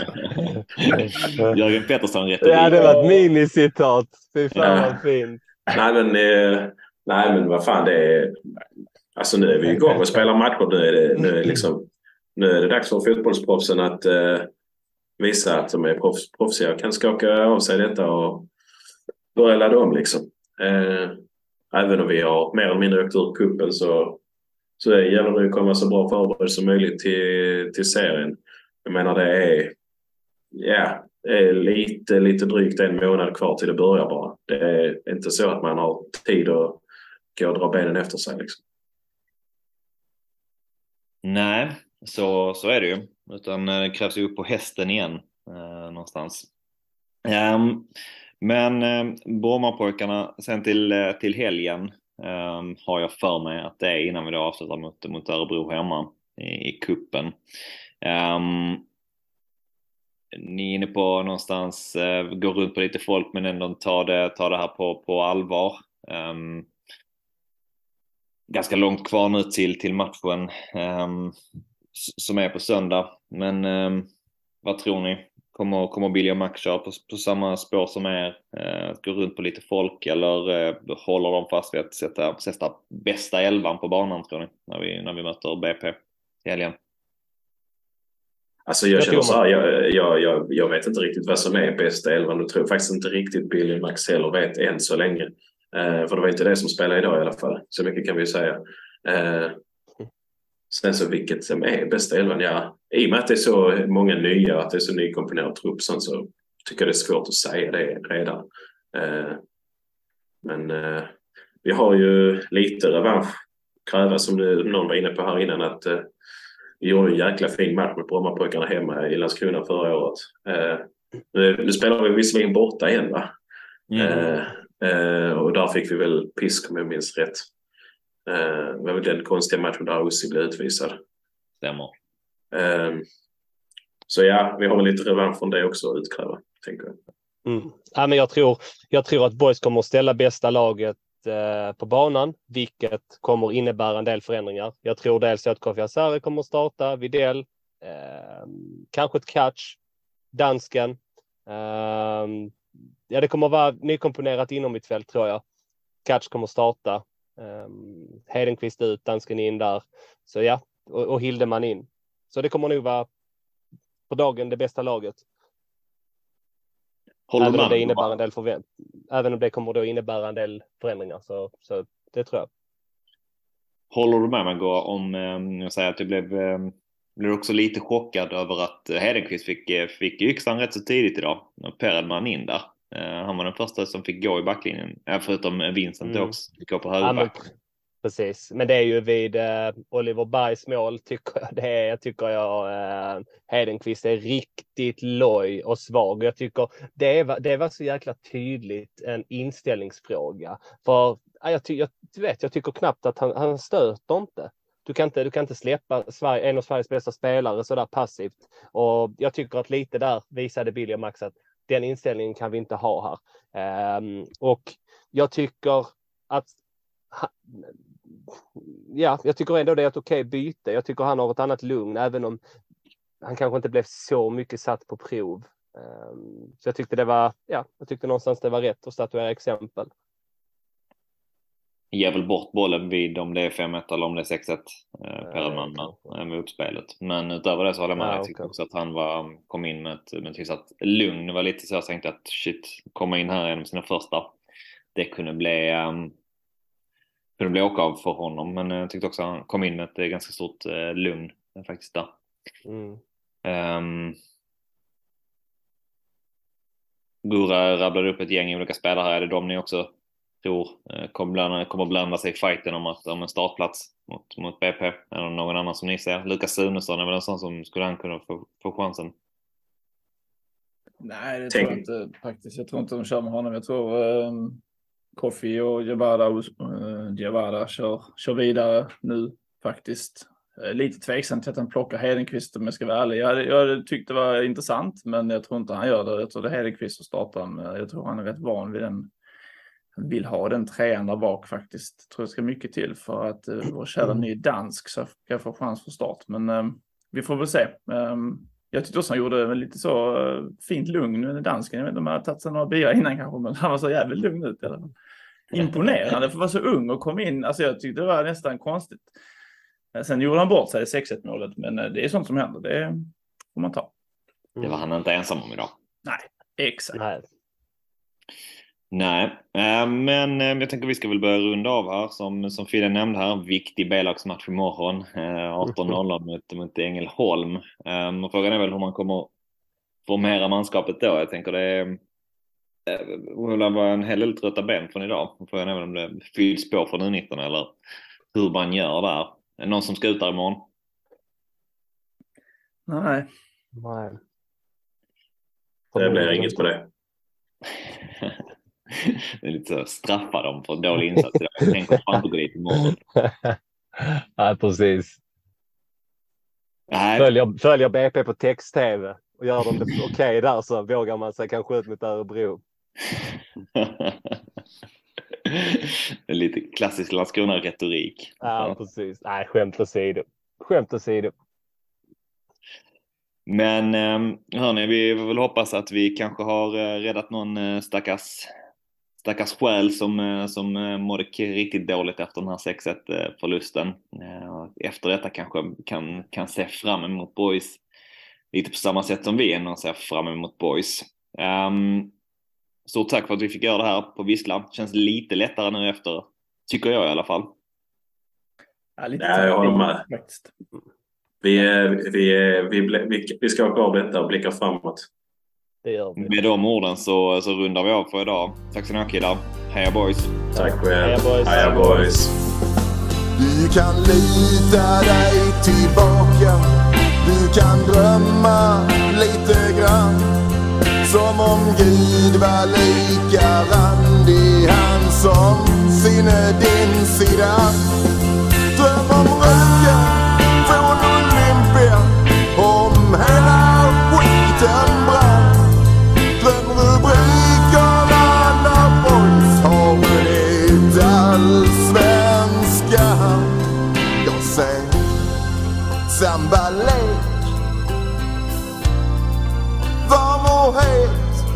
Jörgen Pettersson rätt. Ja, det var ett minicitat. Fy fan vad fint. Nej, men, eh, nej, men vad fan, det är... Alltså nu är vi igång och spelar matcher. Nu är det, nu är liksom, nu är det dags för fotbollsproffsen att... Eh, visa att de är proffs, proffsiga och kan skaka av sig detta och börja ladda om liksom. Eh, även om vi har mer eller mindre åkt ur kuppen, så, så är det gäller att komma så bra förberedd som möjligt till, till serien. Jag menar det är, ja, det är lite, lite drygt en månad kvar till det börjar bara. Det är inte så att man har tid att gå och dra benen efter sig liksom. Nej, så, så är det ju. Utan det krävs ju upp på hästen igen eh, någonstans. Um, men eh, Brommapojkarna sen till, eh, till helgen eh, har jag för mig att det är innan vi då avslutar mot, mot Örebro hemma i, i kuppen. Um, ni är inne på någonstans eh, gå runt på lite folk, men ändå ta det, ta det här på, på allvar. Um, ganska långt kvar nu till, till matchen um, som är på söndag. Men um, vad tror ni? Kommer, kommer Billy och Max köra på, på samma spår som är? Uh, gå runt på lite folk, eller uh, håller de fast vid att sätta, sätta bästa elvan på banan, tror ni? När vi, när vi möter B P i helgen. Alltså jag, jag känner så här, jag, jag, jag, jag vet inte riktigt vad som är bästa elvan. Jag tror faktiskt inte riktigt Billy och Max heller vet än så länge. Uh, för det var inte det som spelar idag i alla fall. Så mycket kan vi säga. Uh, sen så vilket som är bästa elvan, ja. I och med att det är så många nya, att det är så nykomponerad trupp, sånt, så tycker det är svårt att säga det redan. Men vi har ju lite revansch kräva, som någon var inne på här innan, att vi gjorde en jäkla fin match med Brommapojkarna hemma i Landskrona förra året. Nu, nu spelar vi visserligen borta igen, va? Mm. Eh, eh, och där fick vi väl pisk, om jag minns rätt. Eh, det var väl den konstiga matchen där Ossi blev utvisad. Stämmer. Eh, så ja, vi har väl lite revansch från det också att utkräva, tänker jag. Mm. Ja, men jag, tror, jag tror att Boys kommer att ställa bästa laget eh, på banan, vilket kommer innebära en del förändringar. Jag tror dels att Kofi Asare kommer att starta, Videll, eh, kanske ett catch, dansken. Eh, ja, det kommer att vara nykomponerat inom mitt fält, tror jag. Catch kommer att starta. Eh, Hedenqvist ut, dansken in där. Så ja, och, och Hildeman in. Så det kommer nog vara på dagen det bästa laget. Håller även, man, om det innebär en del förvä- även om det kommer då innebära en del förändringar. Så, så det tror jag. Håller du med mig gå om eh, jag säger att jag blev, eh, blev också lite chockad över att Hedenqvist fick, fick yxan rätt så tidigt idag. Peredman in där. Eh, han var den första som fick gå i backlinjen. Eh, förutom Vincent mm. också. Fick gå på högerback. Ja, men, precis. Men det är ju vid eh, Oliver Bergs mål, tycker jag det är. Jag tycker jag eh, Hedenqvist är riktigt loj och svag. Jag tycker det var, det var så jäkla tydligt en inställningsfråga. För ja, jag, ty, jag, du vet, jag tycker knappt att han, han stöter inte. Du kan inte, du kan inte släppa Sverige, en av Sveriges bästa spelare så där passivt. Och jag tycker att lite där visade Billy och Max att den inställningen kan vi inte ha här. Um, och jag tycker att ha, ja, jag tycker ändå det är ett okej byte. Jag tycker han har ett annat lugn, även om han kanske inte blev så mycket satt på prov. Um, så jag tyckte det var, ja, jag tyckte någonstans det var rätt att statuera exempel. Ger väl bort bollen vid om det är fem ett eller om det är sex ett eh, per man med, med uppspelet. Men utöver det så håller jag med. Ja, jag tyckte okay. också att han var, kom in med ett, med ett att lugn. Det var lite så jag tänkte att shit, komma in här genom sina första. Det kunde bli um, kunde bli åka av för honom. Men jag tyckte också att han kom in med ett ganska stort eh, lugn faktiskt där. Mm. Um, Gura rabblade upp ett gäng olika spelare här. Är det de ni också tror kommer blanda, kommer blanda sig i fighten om, att, om en startplats mot, mot B P eller någon annan som ni ser? Lukas Sunesson är väl en sån som skulle han kunna få, få chansen? Nej, det tror jag inte faktiskt. Jag tror inte de kör med honom. Jag tror um, Kofi och Javada, uh, Javada kör, kör vidare nu faktiskt. Lite tveksamt till att han plockar Hedenqvist om jag ska vara ärlig. Jag hade, jag hade tyckt det var intressant, men jag tror inte han gör det. Jag tror det är Hedenqvist som startar. Jag tror han är rätt van vid den. Han vill ha den trean där bak faktiskt. Jag tror det ska mycket till för att uh, vår kära ny dansk så ska få chans för start. Men um, vi får väl se. Um, jag tyckte också han gjorde lite så uh, fint lugn med dansken. Jag vet inte om han hade tagit sig några bilar innan kanske, men han var så jävligt lugn ut. Eller? Imponerande för att vara så ung och kom in. Alltså jag tyckte det var nästan konstigt. Sen gjorde han bort sig i sex ett målet, men det är sånt som händer. Det får man ta. Det var han inte ensam om idag. Nej, exakt. Nej. Nej, men jag tänker vi ska väl börja runda av här. Som, som Fidde nämnde här, viktig B-lagsmatch imorgon. arton noll mot, mot Ängelholm. Och frågan är väl hur man kommer formera manskapet då. Jag tänker det är det var en hel del trötta ben från idag. Och frågan är väl om det fylls på från U nitton eller hur man gör där. Är det någon som ska ut där imorgon? Nej. Nej. Det blir inget på det. Det är lite så, straffa dem för en dålig insats. Jag tänker fan på det imorgon. Ja, precis. Följer, följer B P på text-tv och gör de det okej okay där så vågar man sig kanske ut mot Örebro. Det är lite klassisk Landskrona-retorik. Ja, precis. Nej, skämt åsido. Skämt åsido. Men hörni, vi vill hoppas att vi kanske har räddat någon stackars, stackars själ som, som mådde riktigt dåligt efter den här sex ett förlusten. Efter detta kanske kan, kan se fram emot Boys lite på samma sätt som vi ännu ser fram emot Boys. Um, Stort tack för att vi fick göra det här på Vissla. Känns lite lättare nu efter, tycker jag i alla fall. Ja, lite ja, jag håller med. Vi, vi, vi, vi, vi ska ha kvar detta och blicka framåt. Det gör vi. Med de orden så, så rundar vi av för idag. Tack så mycket killar. Heja boys. Tack själv. Heja boys. Heja boys. Du kan lita dig tillbaka. Du kan drömma lite grann. Som om Gud var lika randig. Han som sinne din sida. Dröm om röken från Olympia. Om hela skiten brann. Dröm rubrikerna när boys har vunnit allsvenskan. Jag ser sambalek. Varm och het.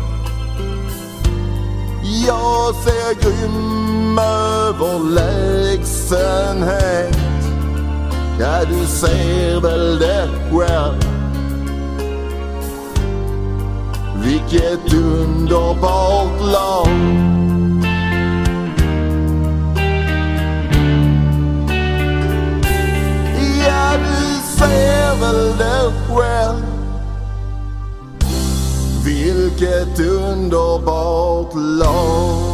Jag ser grym överlägsenhet. Ja, du ser väl det själv. Vilket underbart lag. Ja, du ser väl det själv. Vilket underbart lag.